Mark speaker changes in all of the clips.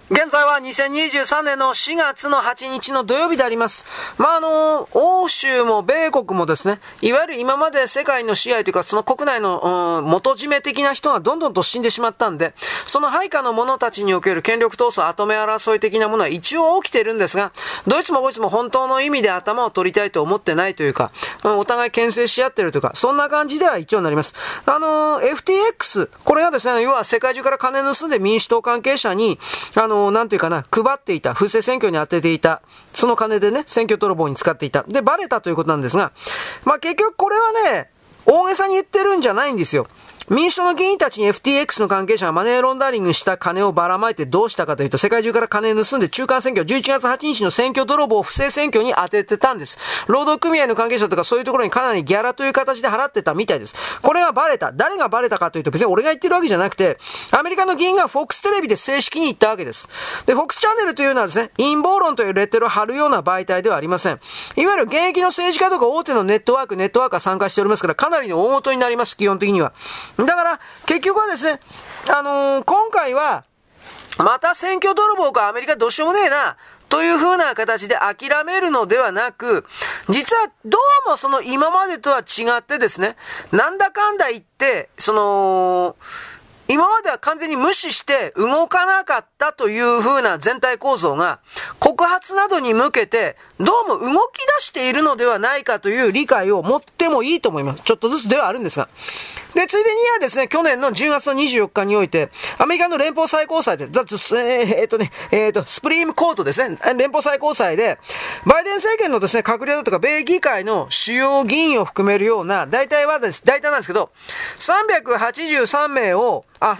Speaker 1: 現在は2023年の4月の8日の土曜日であります。欧州も米国もですね、いわゆる今まで世界の支配というか、その国内の、元締め的な人がどんどんと死んでしまったんで、その配下の者たちにおける権力闘争、跡目争い的なものは一応起きているんですが、ドイツもこいつも本当の意味で頭を取りたいと思ってないというか、お互い牽制し合っているというか、そんな感じでは一応なります。FTX、これがですね、要は世界中から金盗んで民主党関係者に、なんていうかな、配っていた、不正選挙に当てていた、その金でね、選挙泥棒に使っていた。で、バレたということなんですが、結局これはね、大げさに言ってるんじゃないんですよ。民主党の議員たちに FTX の関係者がマネーロンダリングした金をばらまいてどうしたかというと、世界中から金を盗んで中間選挙、11月8日の選挙泥棒を不正選挙に当ててたんです。労働組合の関係者とかそういうところにかなりギャラという形で払ってたみたいです。これがバレた。誰がバレたかというと、別に俺が言ってるわけじゃなくて、アメリカの議員が FOX テレビで正式に言ったわけです。で、FOX チャンネルというのはですね、陰謀論というレッテルを貼るような媒体ではありません。いわゆる現役の政治家とか大手のネットワークが参加しておりますから、かなりの大元になります、基本的には。だから、結局はですね、今回は、また選挙泥棒かアメリカどうしようもねえな、という風な形で諦めるのではなく、実はどうもその今までとは違ってですね、なんだかんだ言って、今までは完全に無視して動かなかったという風な全体構造が告発などに向けてどうも動き出しているのではないかという理解を持ってもいいと思います。ちょっとずつではあるんですが。で、ついでにはですね、去年の10月の24日において、アメリカの連邦最高裁で、スプリームコートですね、連邦最高裁で、バイデン政権のですね、閣僚とか米議会の主要議員を含めるような、大体なんですけど、388名を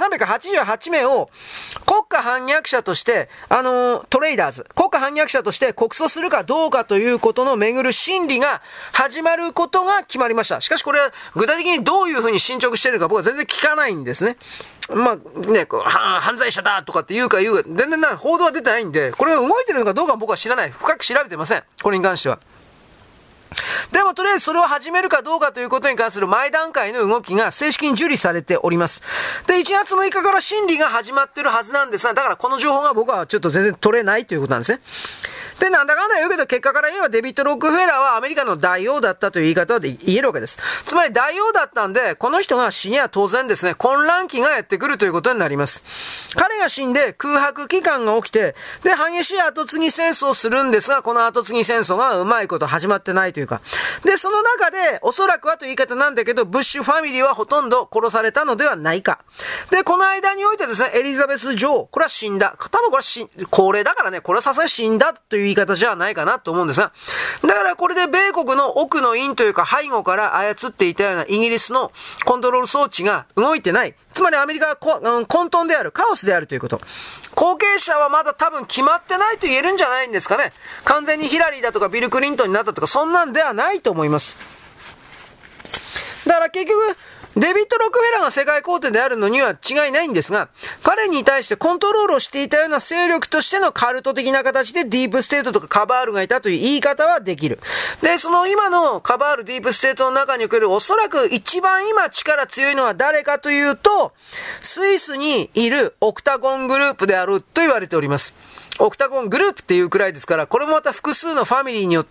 Speaker 1: 国家反逆者として、トレーダーズ、国家反逆者として告訴するかどうかということの巡る審理が始まることが決まりました。しかしこれは具体的にどういうふうに進捗しているか僕は全然聞かないんですね。犯罪者だとかって言うか全然報道は出てないんで、これが動いてるのかどうかは僕は知らない。深く調べてません。これに関しては。でもとりあえずそれを始めるかどうかということに関する前段階の動きが正式に受理されております。で、1月6日から審理が始まってるはずなんですが、だからこの情報が僕はちょっと全然取れないということなんですね。で、なんだかんだ言うけど結果から言えばデビッド・ロックフェラーはアメリカの大王だったという言い方で言えるわけです。つまり大王だったんで、この人が死には当然ですね、混乱期がやってくるということになります。彼が死んで空白期間が起きて、で、激しい後継ぎ戦争をするんですが、この後継ぎ戦争がうまいこと始まってないというか。で、その中で、おそらくはという言い方なんだけど、ブッシュファミリーはほとんど殺されたのではないか。で、この間においてですね、エリザベス女王、これは死んだ。多分これは高齢だからね、これはさすがに死んだという言い方じゃないかなと思うんですが、だからこれで米国の奥の院というか背後から操っていたようなイギリスのコントロール装置が動いてない。つまりアメリカは混沌である、カオスであるということ。後継者はまだ多分決まってないと言えるんじゃないんですかね。完全にヒラリーだとかビル・クリントンになったとかそんなんではないと思います。だから結局、デビッド・ロックフェラーが世界皇帝であるのには違いないんですが、彼に対してコントロールをしていたような勢力としてのカルト的な形でディープステートとかカバールがいたという言い方はできる。で、その今のカバールディープステートの中におけるおそらく一番今力強いのは誰かというと、スイスにいるオクタゴングループであると言われております。オクタゴングループっていうくらいですから、これもまた複数のファミリーによって、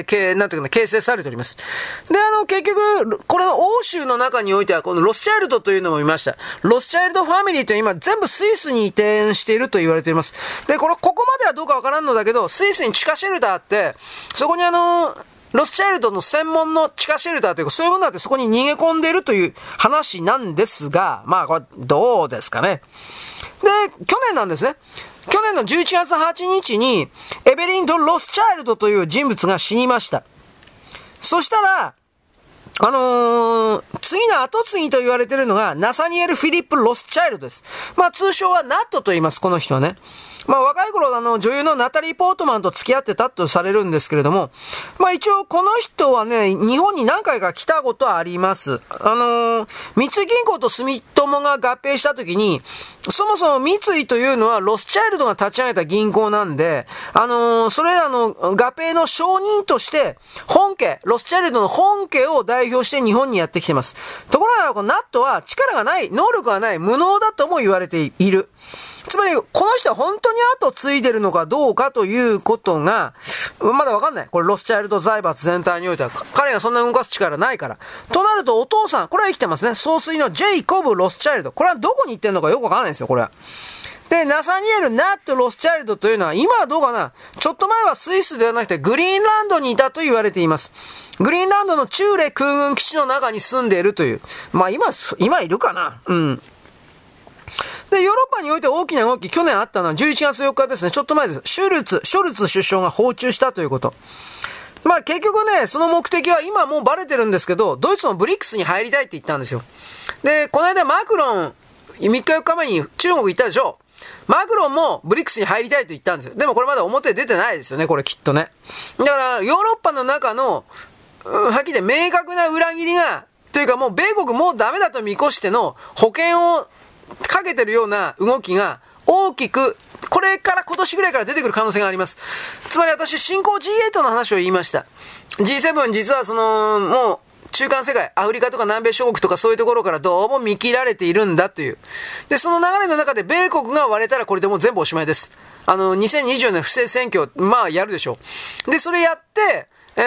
Speaker 1: 形成されております。で、結局、これの欧州の中においては、このロスチャイルドというのもいました。ロスチャイルドファミリーというのは今全部スイスに移転していると言われています。で、ここまではどうかわからんのだけど、スイスに地下シェルターあって、そこにロスチャイルドの専門の地下シェルターというか、そういうものがあってそこに逃げ込んでいるという話なんですが、これどうですかね。で、去年なんですね。去年の11月8日に、エベリン・ロスチャイルドという人物が死にました。そしたら、次の後継ぎと言われているのが、ナサニエル・フィリップ・ロスチャイルドです。通称はナットと言います、この人はね。若い頃女優のナタリー・ポートマンと付き合ってたとされるんですけれども、一応この人はね、日本に何回か来たことはあります。三井銀行と住友が合併した時に、そもそも三井というのはロスチャイルドが立ち上げた銀行なんで、それらの合併の承認として、ロスチャイルドの本家を代表して日本にやってきてます。ところが、ナットは力がない、能力がない、無能だとも言われている。 つまり、この人は本当に後継いでるのかどうかということが、まだわかんない。これ、ロスチャイルド財閥全体においては、彼がそんな動かす力ないから。となると、お父さん、これは生きてますね。総帥のジェイコブ・ロスチャイルド。これはどこに行ってんのかよくわかんないんですよ、これは。で、ナサニエル・ナット・ロスチャイルドというのは、今はどうかな？ちょっと前はスイスではなくて、グリーンランドにいたと言われています。グリーンランドのチューレ空軍基地の中に住んでいるという。まあ、今いるかな？うん。で、ヨーロッパにおいて大きな動き、去年あったのは11月4日ですね。ちょっと前です。ショルツ首相が訪中したということ。まあ結局ね、その目的は今もうバレてるんですけど、ドイツもブリックスに入りたいって言ったんですよ。で、この間マクロン、3日4日前に中国行ったでしょ。マクロンもブリックスに入りたいと言ったんですよ。でもこれまだ表出てないですよね、これきっとね。だからヨーロッパの中の、はっきり言って明確な裏切りが、というかもう米国もうダメだと見越しての保険をかけてるような動きが大きく、これから今年ぐらいから出てくる可能性があります。つまり私、新興 G8 の話を言いました。G7 実はもう、中間世界、アフリカとか南米諸国とかそういうところからどうも見切られているんだという。で、その流れの中で米国が割れたらこれでもう全部おしまいです。2024年不正選挙、まあやるでしょう。で、それやって、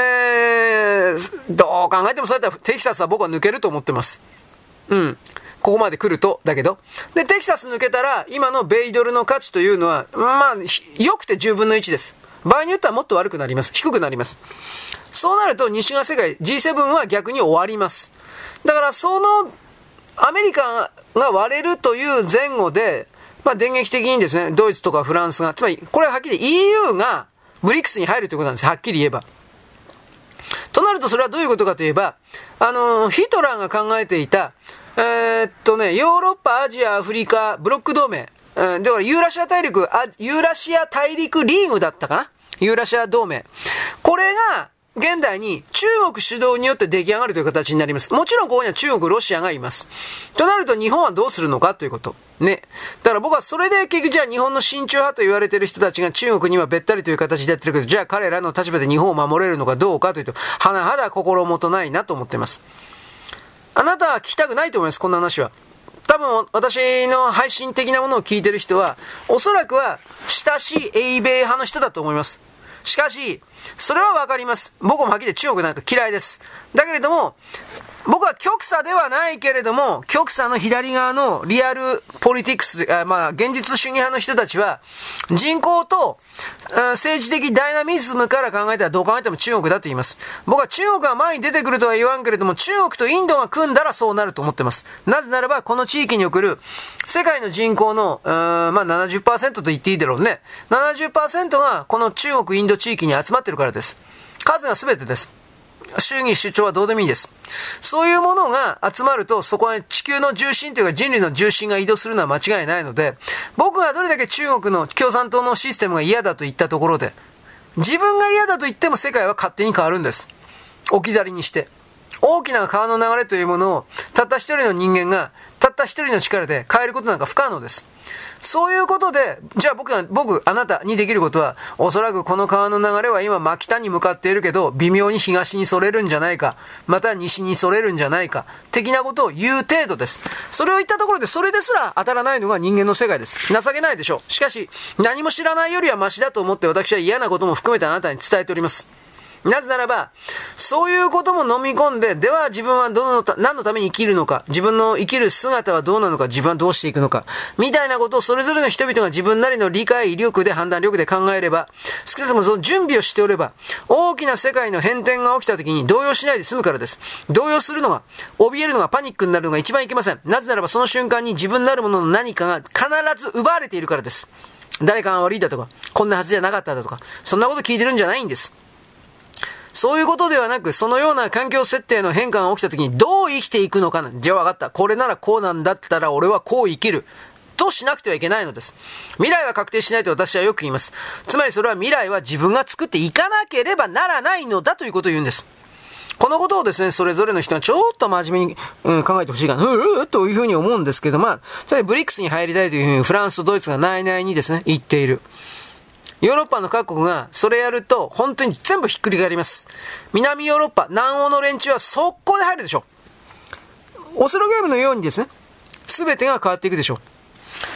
Speaker 1: どう考えてもそうやったらテキサスは僕は抜けると思ってます。うん。ここまで来ると、だけど。で、テキサス抜けたら、今の米ドルの価値というのは、まあ、良くて10分の1です。場合によってはもっと悪くなります。低くなります。そうなると、西側世界、G7 は逆に終わります。だから、アメリカが割れるという前後で、まあ、電撃的にですね、ドイツとかフランスが、つまり、これははっきり EU がブリックスに入るということなんです。はっきり言えば。となると、それはどういうことかといえば、ヒトラーが考えていた、ヨーロッパ、アジア、アフリカ、ブロック同盟。だからユーラシア大陸リーグだったかな？ユーラシア同盟。これが、現代に中国主導によって出来上がるという形になります。もちろんここには中国、ロシアがいます。となると日本はどうするのかということ。ね。だから僕はそれで結局じゃあ日本の親中派と言われている人たちが中国にはべったりという形でやってるけど、じゃあ彼らの立場で日本を守れるのかどうかというと、甚だ心もとないなと思っています。あなたは聞きたくないと思います、こんな話は。多分私の配信的なものを聞いてる人は、おそらくは親しい英米派の人だと思います。しかし、それはわかります。僕もはっきり言って中国なんか嫌いです。だけれども、僕は極左ではないけれども、極左の左側のリアルポリティクス、現実主義派の人たちは、人口と政治的ダイナミズムから考えたらどう考えても中国だと言います。僕は中国が前に出てくるとは言わんけれども、中国とインドが組んだらそうなると思ってます。なぜならば、この地域に送る世界の人口の、70% と言っていいだろうね。70% がこの中国、インド地域に集まってるからです。数が全てです。主義主張はどうでもいいです。そういうものが集まると、そこは地球の重心というか人類の重心が移動するのは間違いないので、僕がどれだけ中国の共産党のシステムが嫌だと言ったところで、自分が嫌だと言っても世界は勝手に変わるんです。置き去りにして。大きな川の流れというものを、たった一人の人間が、たった一人の力で変えることなんか不可能です。そういうことで、じゃあ僕、あなたにできることは、おそらくこの川の流れは今真北に向かっているけど、微妙に東にそれるんじゃないか、また西にそれるんじゃないか、的なことを言う程度です。それを言ったところで、それですら当たらないのが人間の世界です。情けないでしょう。しかし、何も知らないよりはマシだと思って私は嫌なことも含めてあなたに伝えております。なぜならば、そういうことも飲み込んで、では自分は何のために生きるのか、自分の生きる姿はどうなのか、自分はどうしていくのか、みたいなことをそれぞれの人々が自分なりの理解力で判断力で考えれば、少なくともその準備をしておれば、大きな世界の変転が起きた時に動揺しないで済むからです。動揺するのが、怯えるのが、パニックになるのが一番いけません。なぜならばその瞬間に自分なるものの何かが必ず奪われているからです。誰かが悪いだとか、こんなはずじゃなかっただとか、そんなこと聞いてるんじゃないんです。そういうことではなく、そのような環境設定の変化が起きたときにどう生きていくのかな。じゃあ分かった。これならこうなんだったら俺はこう生きる。としなくてはいけないのです。未来は確定しないと私はよく言います。つまりそれは未来は自分が作っていかなければならないのだということを言うんです。このことをですね、それぞれの人はちょっと真面目に、考えてほしいかな、というふうに思うんですけど、つまりブリックスに入りたいというふうにフランスとドイツが内々にですね、言っている。ヨーロッパの各国がそれやると本当に全部ひっくり返ります。南ヨーロッパ、南欧の連中は速攻で入るでしょう。オセロゲームのようにですね、全てが変わっていくでしょう。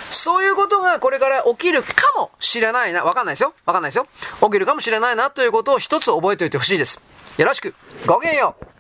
Speaker 1: そういうことがこれから起きるかもしれないな。わかんないですよ。起きるかもしれないなということを一つ覚えておいてほしいです。よろしく。ごきげんよう。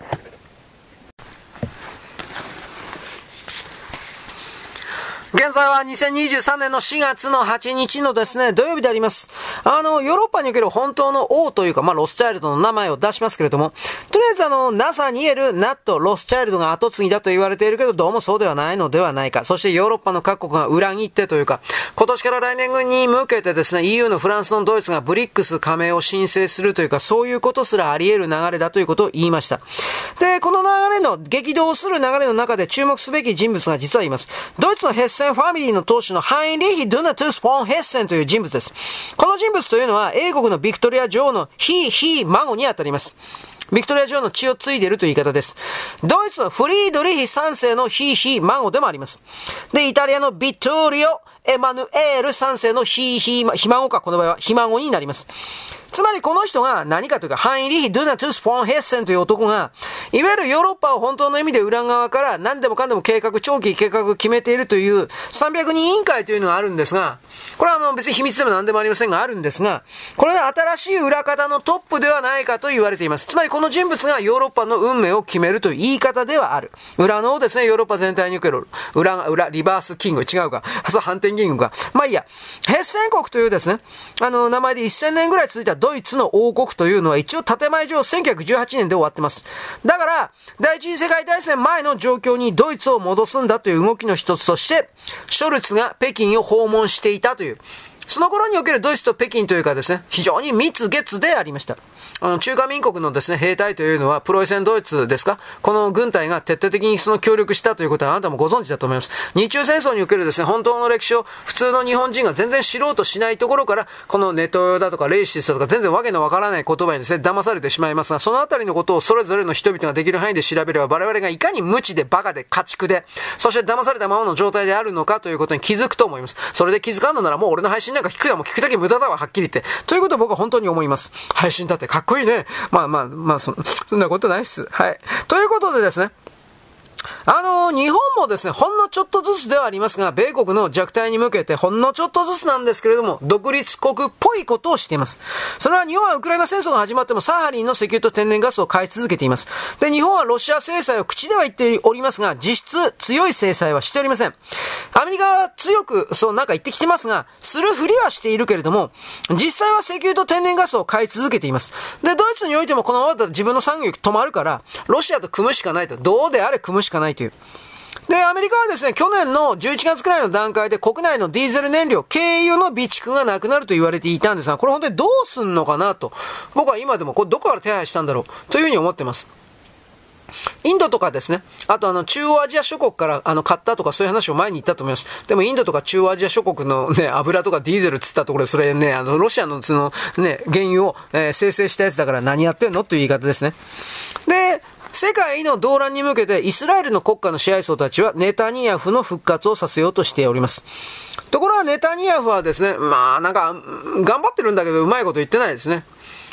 Speaker 1: 現在は2023年の4月の8日のですね、土曜日であります。ヨーロッパにおける本当の王というか、ロスチャイルドの名前を出しますけれども、とりあえずナサニエル・ナット・ロスチャイルドが後継ぎだと言われているけど、どうもそうではないのではないか。そしてヨーロッパの各国が裏切ってというか、今年から来年に向けてですね、EU のフランスのドイツがブリックス加盟を申請するというか、そういうことすらあり得る流れだということを言いました。で、この流れの、激動する流れの中で注目すべき人物が実はいます。ドイツのヘッセンファミリーの当主のハインリーヒ・ドゥナトゥス・フォン・ヘッセンという人物です。この人物というのは英国のビクトリア女王のひ孫にあたります。ビクトリア女王の血を継いでいるという言い方です。ドイツのフリードリヒ3世のひ孫でもあります。で、イタリアのビトリオ・エマヌエール3世のひ孫か、この場合はひ孫になります。つまりこの人が何かというか、ハインリヒ・ドゥナトゥス・フォン・ヘッセンという男が、いわゆるヨーロッパを本当の意味で裏側から何でもかんでも長期計画を決めているという300人委員会というのがあるんですが、これは別に秘密でも何でもありませんがあるんですが、これは新しい裏方のトップではないかと言われています。つまりこの人物がヨーロッパの運命を決めるという言い方ではある。裏のですね、ヨーロッパ全体におけるリバースキング、違うか。反転キングか。まあいいや。ヘッセン国というですね、名前で1000年ぐらい続いたドイツの王国というのは一応建前上1918年で終わってます。だから、第一次世界大戦前の状況にドイツを戻すんだという動きの一つとして、ショルツが北京を訪問していたという、その頃におけるドイツと北京というかですね、非常に蜜月でありました。中華民国のですね、兵隊というのは、プロイセンドイツですか？この軍隊が徹底的にその協力したということはあなたもご存知だと思います。日中戦争におけるですね、本当の歴史を普通の日本人が全然知ろうとしないところから、このネトウヨだとかレイシスだとか全然わけのわからない言葉にですね、騙されてしまいますが、そのあたりのことをそれぞれの人々ができる範囲で調べれば、我々がいかに無知でバカで家畜で、そして騙されたままの状態であるのかということに気づくと思います。それで気づかんのならもう俺の配信なんか聞くだけ無駄だわ、はっきり言って。ということを僕は本当に思います。配信だってかっこいいね。そんなことないっす。はい。ということでですね、日本もですね、ほんのちょっとずつではありますが、米国の弱体に向けてほんのちょっとずつなんですけれども、独立国っぽいことをしています。それは日本はウクライナ戦争が始まってもサハリンの石油と天然ガスを買い続けています。で、日本はロシア制裁を口では言っておりますが、実質強い制裁はしておりません。アメリカは強く、なんか言ってきてますが、するふりはしているけれども、実際は石油と天然ガスを買い続けています。で、ドイツにおいてもこのままだと自分の産業止まるから、ロシアと組むしかないと。どうであれ組むしかないという。で、アメリカはですね、去年の11月くらいの段階で国内のディーゼル燃料、軽油の備蓄がなくなると言われていたんですが、これ本当にどうすんのかなと。僕は今でもこれどこから手配したんだろうというふうに思ってます。インドとかですね、あと中央アジア諸国から買ったとかそういう話を前に言ったと思います。でもインドとか中央アジア諸国のね、油とかディーゼルっつったところで、それね、ロシアのそのね、原油を、生成したやつだから何やってんのという言い方ですね。で、世界の動乱に向けてイスラエルの国家の支配層たちはネタニヤフの復活をさせようとしております。ところがネタニヤフはですね、なんか頑張ってるんだけどうまいこと言ってないですね。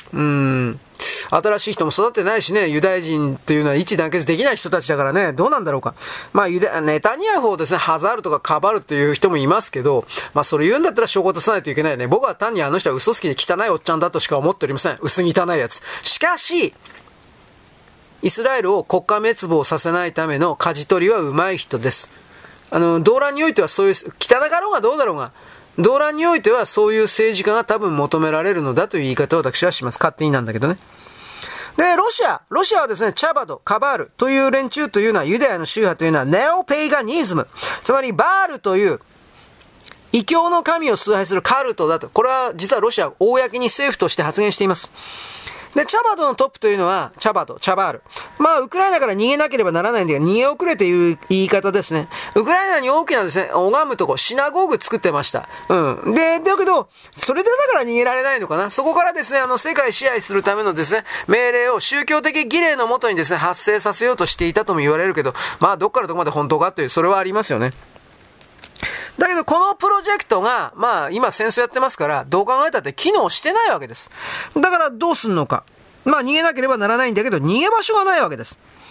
Speaker 1: 新しい人も育ってないしね、ユダヤ人っていうのは一致団結できない人たちだからね、どうなんだろうか。ネタニヤフをですね、ハザールとかカバルという人もいますけど、それ言うんだったら証拠出さないといけないよね。僕は単にあの人は嘘つきで汚いおっちゃんだとしか思っておりません。薄汚いやつ。しかし、イスラエルを国家滅亡させないための舵取りは上手い人です。動乱においてはそういう、汚かろうがどうだろうが、動乱においてはそういう政治家が多分求められるのだという言い方を私はします。勝手になんだけどね。で、ロシアはですね、チャバド、カバールという連中というのは、ユダヤの宗派というのはネオペイガニズム。つまりバールという異教の神を崇拝するカルトだと。これは実はロシア、公に政府として発言しています。で、チャバドのトップというのは、チャバール。ウクライナから逃げなければならないんだけど、逃げ遅れという言い方ですね。ウクライナに大きなですね、拝むとこ、シナゴーグ作ってました。で、だけど、それでだから逃げられないのかな。そこからですね、世界支配するためのですね、命令を宗教的儀礼のもとにですね、発生させようとしていたとも言われるけど、どっからどこまで本当かという、それはありますよね。だけどこのプロジェクトが、今戦争やってますから、どう考えたって機能してないわけです。だからどうすんのか。逃げなければならないんだけど、逃げ場所がないわけです。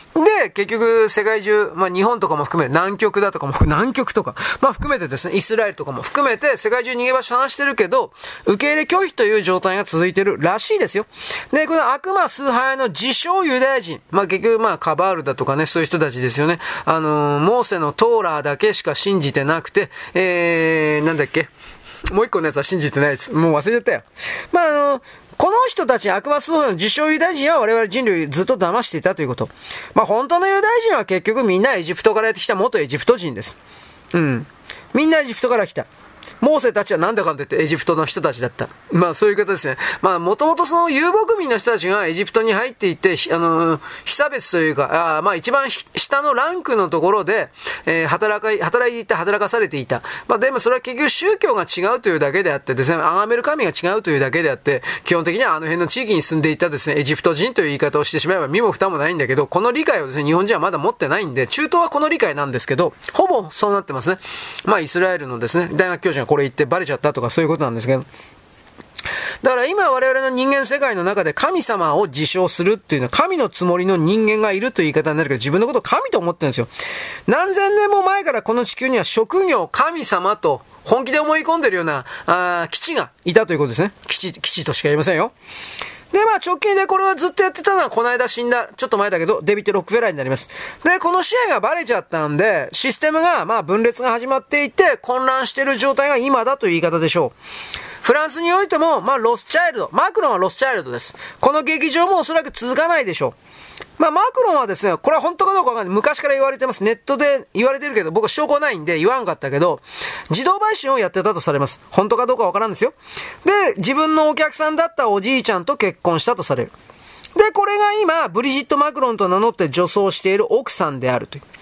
Speaker 1: で、結局、世界中、日本とかも含め、南極だとかも南極とか、含めてですね、イスラエルとかも含めて、世界中逃げ場所話してるけど、受け入れ拒否という状態が続いてるらしいですよ。で、この悪魔崇拝の自称ユダヤ人、結局、カバールだとかね、そういう人たちですよね。モーセのトーラーだけしか信じてなくて、なんだっけ、もう一個のやつは信じてないです。もう忘れちゃったよ。この人たち悪魔崇拝の自称ユダヤ人は我々人類ずっと騙していたということ。本当のユダヤ人は結局みんなエジプトからやってきた元エジプト人です。みんなエジプトから来た。モーセたちはなんだかんだ言ってエジプトの人たちだった。そういう方ですね。もともとその遊牧民の人たちがエジプトに入っていって、被差別というか、一番下のランクのところで、働いて働かされていた。でもそれは結局宗教が違うというだけであってですね、崇める神が違うというだけであって、基本的にはあの辺の地域に住んでいたですね、エジプト人という言い方をしてしまえば身も蓋もないんだけど、この理解をですね、日本人はまだ持ってないんで、中東はこの理解なんですけど、ほぼそうなってますね。イスラエルのですね、大学教授がこれ言ってバレちゃったとかそういうことなんですけど。だから今我々の人間世界の中で神様を自称するっていうのは神のつもりの人間がいるという言い方になるけど自分のことを神と思ってるんですよ。何千年も前からこの地球には職業神様と本気で思い込んでるような基地がいたということですね。基地としか言いませんよ。で、直近でこれはずっとやってたのは、この間死んだ、ちょっと前だけど、デビッド・ロックフェラーになります。で、この試合がバレちゃったんで、システムが、分裂が始まっていて、混乱している状態が今だという言い方でしょう。フランスにおいても、ロスチャイルド、マクロンはロスチャイルドです。この劇場もおそらく続かないでしょう。マクロンはですね、これは本当かどうかわかんない。昔から言われてます。ネットで言われてるけど、僕は証拠ないんで言わんかったけど、自動売春をやってたとされます。本当かどうかわからんですよ。で、自分のお客さんだったおじいちゃんと結婚したとされる。で、これが今、ブリジット・マクロンと名乗って女装している奥さんであるという。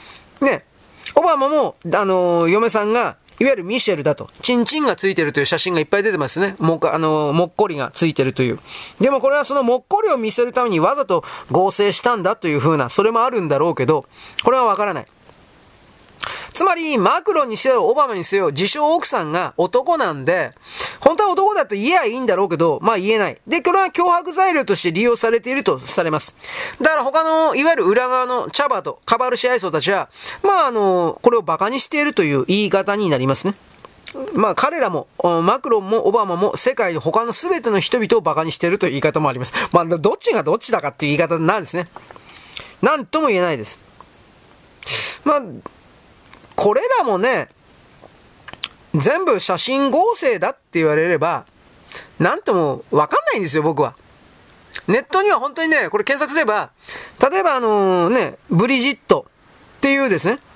Speaker 1: ね。オバマも、嫁さんが、いわゆるミシェルだと。チンチンがついてるという写真がいっぱい出てますね。もっこりがついてるという。でもこれはそのもっこりを見せるためにわざと合成したんだという風な、それもあるんだろうけど、これはわからない。つまり、マクロンにせよ、オバマにせよ、自称奥さんが男なんで、本当は男だと言えばいいんだろうけど、言えない。で、これは脅迫材料として利用されているとされます。だから他の、いわゆる裏側のチャバとカバル支配層たちは、これを馬鹿にしているという言い方になりますね。彼らも、マクロンもオバマも世界の他の全ての人々を馬鹿にしているという言い方もあります。どっちがどっちだかっていう言い方なんですね。なんとも言えないです。これらもね、全部写真合成だって言われれば、なんともわかんないんですよ、僕は。ネットには本当にね、これ検索すれば、例えばブリジットっていうですね、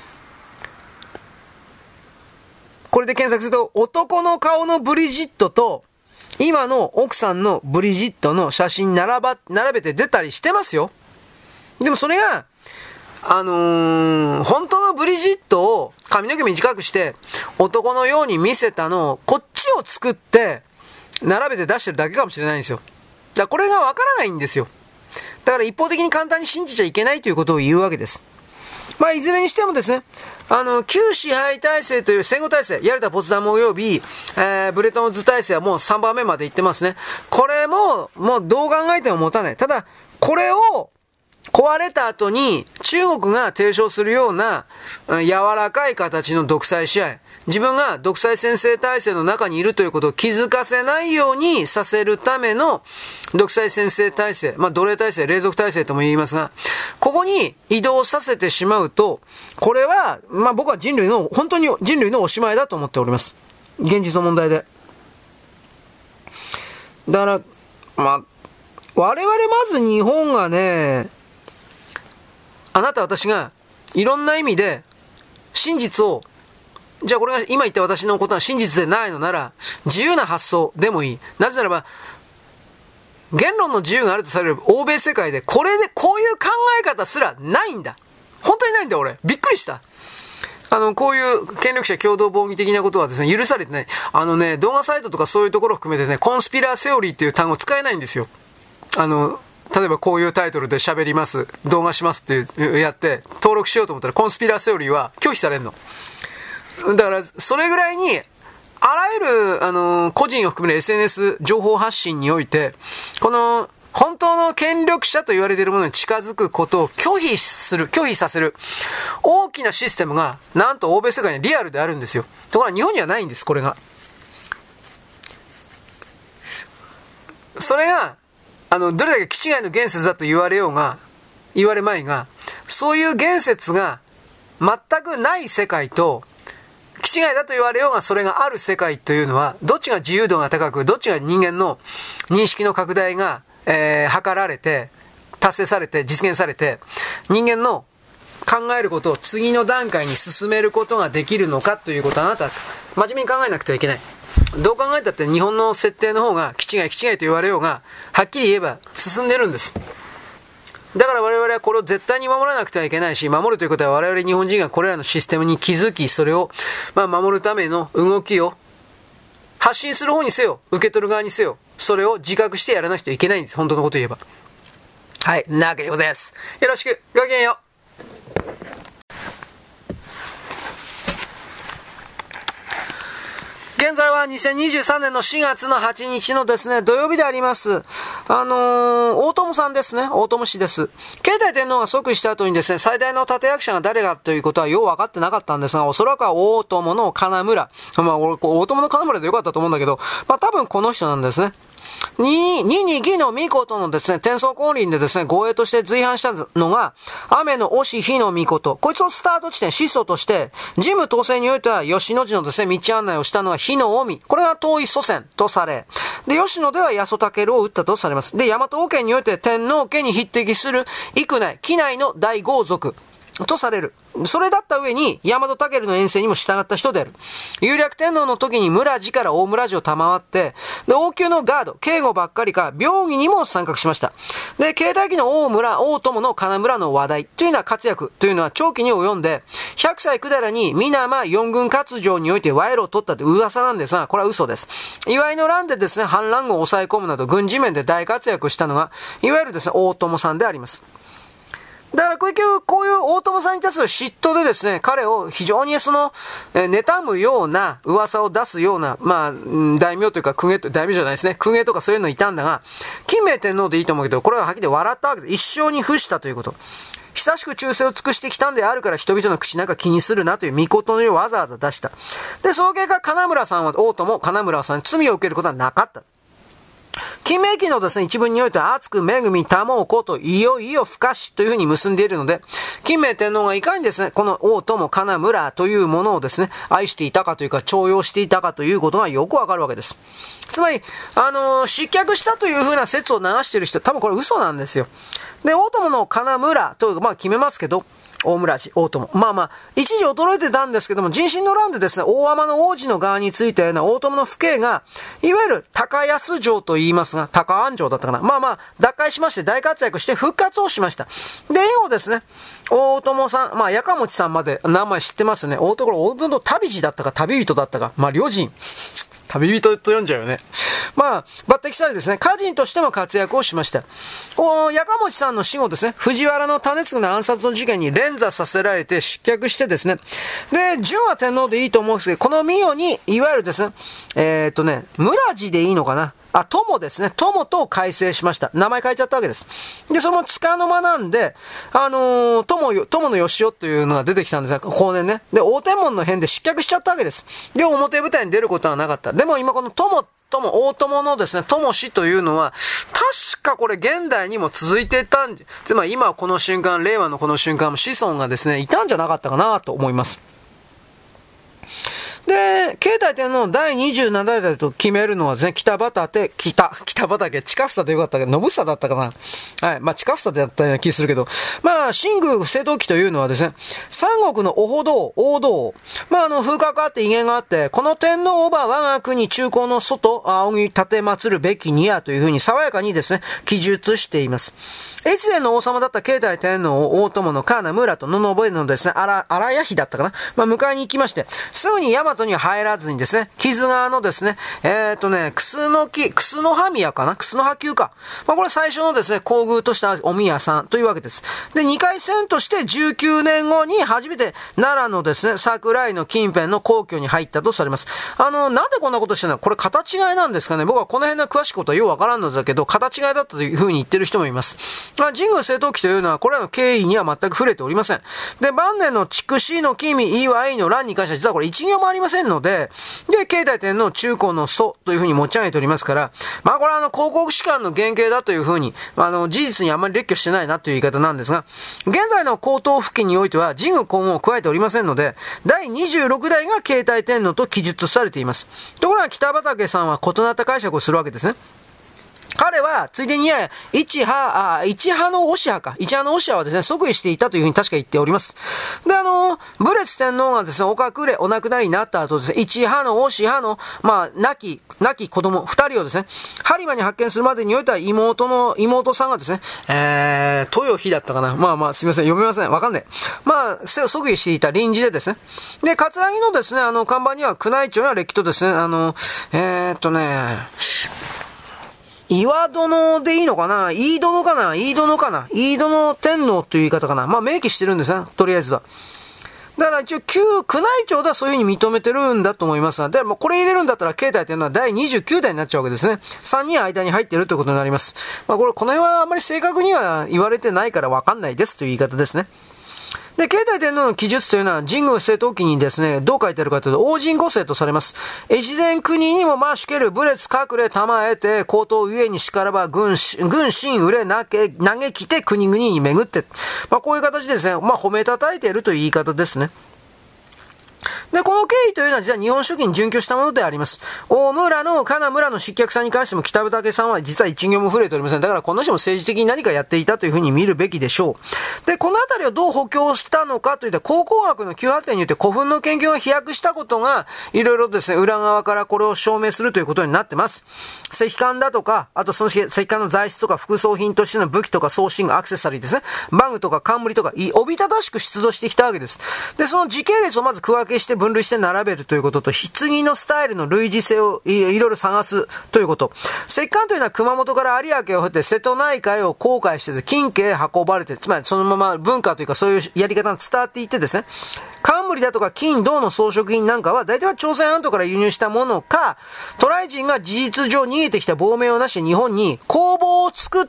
Speaker 1: これで検索すると、男の顔のブリジットと、今の奥さんのブリジットの写真並べて出たりしてますよ。でもそれが、本当のブリジットを髪の毛短くして男のように見せたのをこっちを作って並べて出してるだけかもしれないんですよ。だからこれがわからないんですよ。だから一方的に簡単に信じちゃいけないということを言うわけです。いずれにしてもですね、旧支配体制という戦後体制、ヤルタ・ポツダム及び、ブレトンウッズ体制はもう3番目まで行ってますね。これもうどう考えても持たない。ただこれを壊れた後に中国が提唱するような柔らかい形の独裁支配、自分が独裁専制体制の中にいるということを気づかせないようにさせるための独裁専制体制、奴隷体制、隷属体制とも言いますが、ここに移動させてしまうと、これは僕は本当に人類のおしまいだと思っております。現実の問題で。だから我々まず日本がね、あなた私がいろんな意味で真実を、じゃあこれが今言った私のことは真実でないのなら自由な発想でもいい。なぜならば言論の自由があるとされる欧米世界でこういう考え方すらないんだ。本当にないんだ俺。びっくりした。こういう権力者共同防御的なことはですね、許されてない。動画サイトとかそういうところを含めてね、コンスピラーセオリーっていう単語を使えないんですよ。例えばこういうタイトルで喋ります、動画しますってやって登録しようと思ったらコンスピラーセオリーは拒否されるの。だからそれぐらいにあらゆる個人を含める SNS 情報発信においてこの本当の権力者と言われているものに近づくことを拒否させる大きなシステムが、なんと欧米世界にリアルであるんですよ。ところが日本にはないんです、これが。それが、どれだけ気違いの言説だと言われまいが、そういう言説が全くない世界と、気違いだと言われようがそれがある世界というのは、どっちが自由度が高く、どっちが人間の認識の拡大が、図られて、達成されて、実現されて、人間の考えることを次の段階に進めることができるのかということをあなた、真面目に考えなくてはいけない。どう考えたって日本の設定の方が気違いと言われようが、はっきり言えば進んでるんです。だから我々はこれを絶対に守らなくてはいけないし、守るということは我々日本人がこれらのシステムに気づき、それを守るための動きを発信する方にせよ、受け取る側にせよ、それを自覚してやらなくてはいけないんです。本当のことを言えば。はい、なわけでございます。よろしく、ごきげんよう。現在は2023年の4月の8日のですね、土曜日であります。大友さんですね。大友氏です。慶太天皇が即位した後にですね、最大の立役者が誰かということはよう分かってなかったんですが、おそらくは大友の金村。俺、大友の金村でよかったと思うんだけど、多分この人なんですね。二に義の御事のですね、天孫降臨でですね、護衛として随伴したのが、雨の押し日の御事。こいつをスタート地点、始祖として、事務統制においては、吉野寺のですね、道案内をしたのは日の臣。これは遠い祖先とされ、で、吉野では八十武を撃ったとされます。で、大和王権において天皇家に匹敵する、幾内、畿内の大豪族。とされる。それだった上に、大和武の遠征にも従った人である。有略天皇の時に村寺から大村寺を賜って、で、王宮のガード、警護ばっかりか、病議にも参画しました。で、慶太期の大友の金村の話題というのは活躍というのは長期に及んで、100歳くだらに水間四軍活場において賄賂を取ったという噂なんですが、これは嘘です。祝いの乱でですね、反乱軍を抑え込むなど軍事面で大活躍したのが、いわゆるですね、大友さんであります。だからこういう大友さんに対する嫉妬でですね、彼を非常に妬むような噂を出すような、大名というか大名じゃないですね、公家とかそういうのいたんだが、金明天皇でいいと思うけど、これははっきり笑ったわけです。一生に付したということ。久しく忠誠を尽くしてきたんであるから人々の口なんか気にするなという御事のようわざわざ出した。で、その結果、金村さんは、大友、金村さんに罪を受けることはなかった。金明期のですね、一文においては、厚く恵み保うこといよいよ不可視というふうに結んでいるので、金明天皇がいかにですね、この大友金村というものをですね、愛していたかというか、重用していたかということがよくわかるわけです。つまり、失脚したというふうな説を流している人、多分これ嘘なんですよ。で、大友の金村という、決めますけど、大村寺、大友。一時衰えてたんですけども、人心の乱でですね、大天の王子の側についたような大友の父兄が、いわゆる高安城と言いますが、高安城だったかな。奪回しまして大活躍して復活をしました。で、以後ですね、大友さん、やかもちさんまで名前知ってますね。大友旅路だったか、旅人だったか、両人。旅人と読んじゃうよね。抜擢されですね、歌人としても活躍をしました。やかもちさんの死後ですね、藤原の種継の暗殺の事件に連座させられて失脚してですね、で、順は天皇でいいと思うんですけど、この御代に、いわゆるですね、村寺でいいのかな。友ですね。友と改正しました。名前変えちゃったわけです。で、その束の間なんで、友の義雄というのが出てきたんですが、後年ね。で、大天文の変で失脚しちゃったわけです。で、表舞台に出ることはなかった。でも今この大友のですね、友氏というのは、確かこれ現代にも続いていたつまり今この瞬間、令和のこの瞬間も子孫がですね、いたんじゃなかったかなと思います。で、慶太天皇第27代と決めるのはですね、北畑、近房でよかったけど、信房だったかな。はい。近房だったような気するけど、新宮正当期というのはですね、三国のおほど、王道、風格あって威厳があって、この天皇は我が国中高の外、仰ぎ立て祀るべきにやというふうに爽やかにですね、記述しています。越前の王様だった慶太天皇を大友の金村と野々部のですね、荒谷妃だったかな。迎えに行きまして、すぐに大和には入ららずにですね、木津川のですね、クスノハ宮かな、クスノハ宮か。まあ、これ最初のですね、皇宮としたお宮さんというわけです。で、2回遷として19年後に初めて奈良のですね、桜井の近辺の皇居に入ったとされます。なんでこんなことしてるの？これ形違いなんですかね。僕はこの辺の詳しいことはようわからんのだけど、形違いだったというふうに言ってる人もいます。まあ、神宮正統期というのは、これらの経緯には全く触れておりません。で、晩年の筑紫の君祝いの乱に関しては実はこれ一行もありませんので、で、慶太天皇中高の祖というふうに持ち上げておりますから、まあこれは皇国士官の原型だというふうに、事実にあまり列挙してないなという言い方なんですが、現在の皇統付近においては神宮皇后を加えておりませんので、第26代が慶太天皇と記述されています。ところが北畠さんは異なった解釈をするわけですね。彼は、ついでに一派の押派か。一派の押派はですね、即位していたというふうに確か言っております。で、武烈天皇がですね、お亡くなりになった後ですね、一派の押派の、まあ、亡き子供、二人をですね、播磨に発見するまでにおいては妹さんがですね、豊妃だったかな。まあ、すみません、読めません。わかんない。まあ、即位していた臨時でですね。で、葛城のですね、看板には宮内庁の歴とですね、岩殿でいいのかな、飯殿天皇という言い方かな。まあ、明記してるんですね。とりあえずは。だから一応、宮内庁ではそういうふうに認めてるんだと思いますが、でもこれ入れるんだったら、慶太っていうのは第29代になっちゃうわけですね。3人間に入ってるということになります。まあ、この辺はあんまり正確には言われてないからわかんないですという言い方ですね。で、慶太天皇の記述というのは、神宮正統期にですね、どう書いてあるかというと、王神御世とされます。越前国にもしける武烈隠れ賜えて、皇統ゆえにしからば、軍神憂れ嘆きて国々に巡って、まあ、こういう形でですね、まあ、褒めたたえているという言い方ですね。で、この経緯というのは実は日本書紀に準拠したものであります。大村の金村の失脚さんに関しても北畠さんは実は一行も触れておりません。だからこの人も政治的に何かやっていたというふうに見るべきでしょう。で、このあたりをどう補強したのかといった考古学の急発展によって古墳の研究が飛躍したことがいろいろですね、裏側からこれを証明するということになってます。石棺だとか、あとその石棺の材質とか副葬品としての武器とか装身アクセサリーですね。バグとか冠とかおびただしく出土してきたわけです。で、その時系列をまず区分けして分類して並べるということと、棺のスタイルの類似性をいろいろ探すということ。石棺というのは熊本から有明を経て瀬戸内海を航海して近畿へ運ばれて、つまりそのまま文化というかそういうやり方が伝わっていってですね、冠だとか金銅の装飾品なんかは大体は朝鮮半島から輸入したものか、渡来人が事実上逃げてきた亡命をなし日本に工房を作って、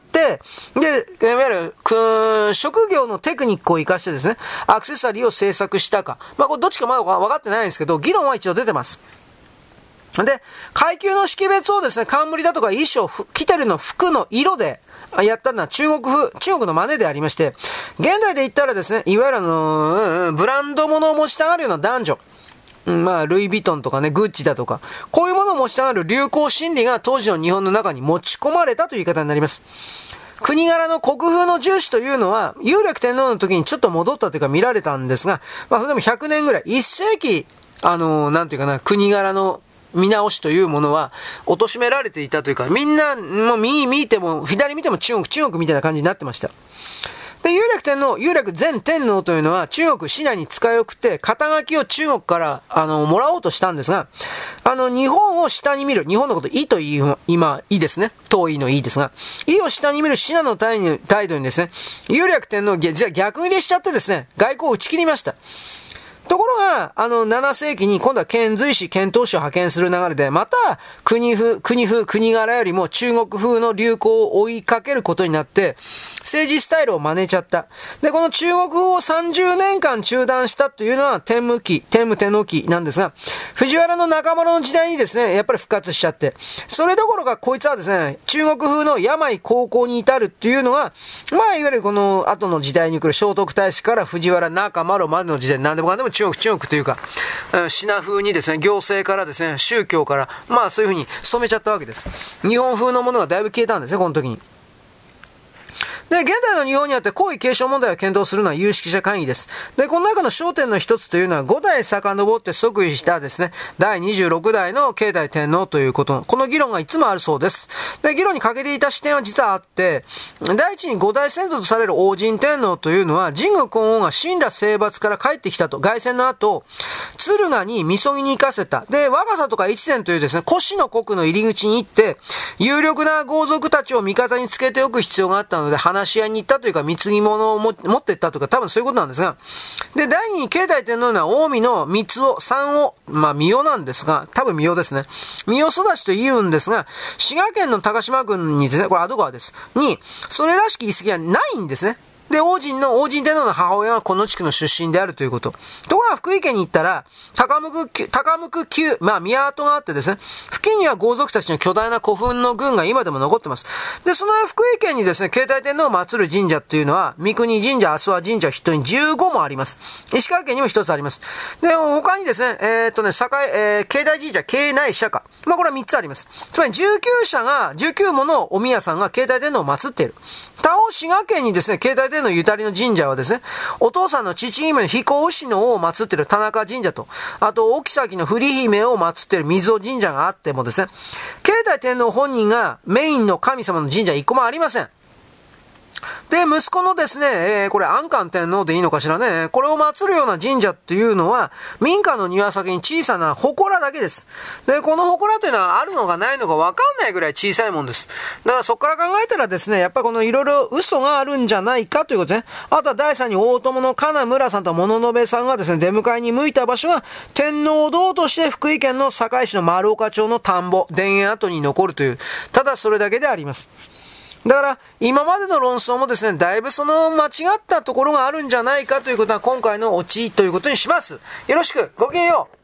Speaker 1: で、いわゆる職業のテクニックを活かしてですね、アクセサリーを製作したか。まあこれどっちかまだ分かってないんですけど、議論は一応出てます。で、階級の識別をですね、冠だとか衣装、着てるの服の色でやったのは中国の真似でありまして、現代で言ったらですね、いわゆるブランド物を持ちたがるような男女、まあ、ルイ・ヴィトンとかね、グッチだとか、こういうものを持ちたがる流行心理が当時の日本の中に持ち込まれたという言い方になります。国柄の国風の重視というのは、有力天皇の時にちょっと戻ったというか見られたんですが、まあ、それでも100年ぐらい、1世紀、なんていうかな、国柄の見直しというものは、貶められていたというか、みんな、もう右見ても、左見ても中国みたいな感じになってました。で、有力前天皇というのは中国市内に使い送って、肩書きを中国から、もらおうとしたんですが、日本を下に見る、日本のこと、という、今、ですね。遠いのですが、を下に見る信濃の態度にですね、有力天皇、じゃあ逆入れしちゃってですね、外交を打ち切りました。ところが、7世紀に今度は遣隋使、遣唐使を派遣する流れで、また、国柄よりも中国風の流行を追いかけることになって、政治スタイルを真似ちゃった。で、この中国風を30年間中断したというのは天武天皇期なんですが、藤原の中丸の時代にですね、やっぱり復活しちゃって、それどころかこいつはですね、中国風の病高校に至るっていうのが、まあ、いわゆるこの後の時代に来る聖徳太子から藤原中丸までの時代、何でもかんでも中国というか、品風にですね、行政からですね、宗教から、まあそういう風に染めちゃったわけです。日本風のものがだいぶ消えたんですね、この時に。 で、現代の日本にあって皇位継承問題を検討するのは有識者会議です。で、この中の焦点の一つというのは、5代遡って即位したですね、第26代の慶代天皇ということの、この議論がいつもあるそうです。で、議論に欠けていた視点は実はあって、第一に5代先祖とされる王神天皇というのは、神武皇后が神羅征伐から帰ってきたと、凱旋の後、敦賀にみそぎに行かせた。で、若狭とか越前というですね、越の国の入り口に行って、有力な豪族たちを味方につけておく必要があったので、話し合いに行ったというか、貢ぎ物を持っていったというか、多分そういうことなんですが、で、第二に慶代天皇の近江の三尾、三尾、まあ、三尾なんですが、多分三尾ですね。三尾育ちと言うんですが、滋賀県の高島郡にですね、これ阿戸川です。に、それらしき遺跡はないんですね。で、王神天皇の母親はこの地区の出身であるということ。ところが福井県に行ったら、高向宮、まあ宮跡があってですね、付近には豪族たちの巨大な古墳の群が今でも残ってます。で、その福井県にですね、慶代天皇を祀る神社っていうのは、三国神社、阿諏訪神社、筆頭に15もあります。石川県にも一つあります。で、他にですね、慶代神社、慶内社か。まあこれは3つあります。つまり19ものお宮さんが慶代天皇を祀っている。他方、滋賀県にですね、慶代天皇ゆたりの神社はですね、お父さんの父姫の彦牛の王を祀っている田中神社と、あと、沖崎の栗姫を祀っている水尾神社があってもですね、慶代天皇本人がメインの神様の神社一個もありません。で、息子のですね、これ安漢天皇でいいのかしらね、これを祀るような神社っていうのは、民家の庭先に小さな祠だけです。で、この祠というのはあるのかないのか分かんないぐらい小さいもんです。だからそこから考えたらですね、やっぱりこのいろいろ嘘があるんじゃないかということですね。あとは第三に大友の金村さんと物部さんがですね、出迎えに向いた場所は、天皇堂として福井県の坂井市の丸岡町の田んぼ、田園跡に残るという、ただそれだけであります。だから、今までの論争もですね、だいぶその間違ったところがあるんじゃないかということは今回のオチということにします。よろしく、ごきげんよう。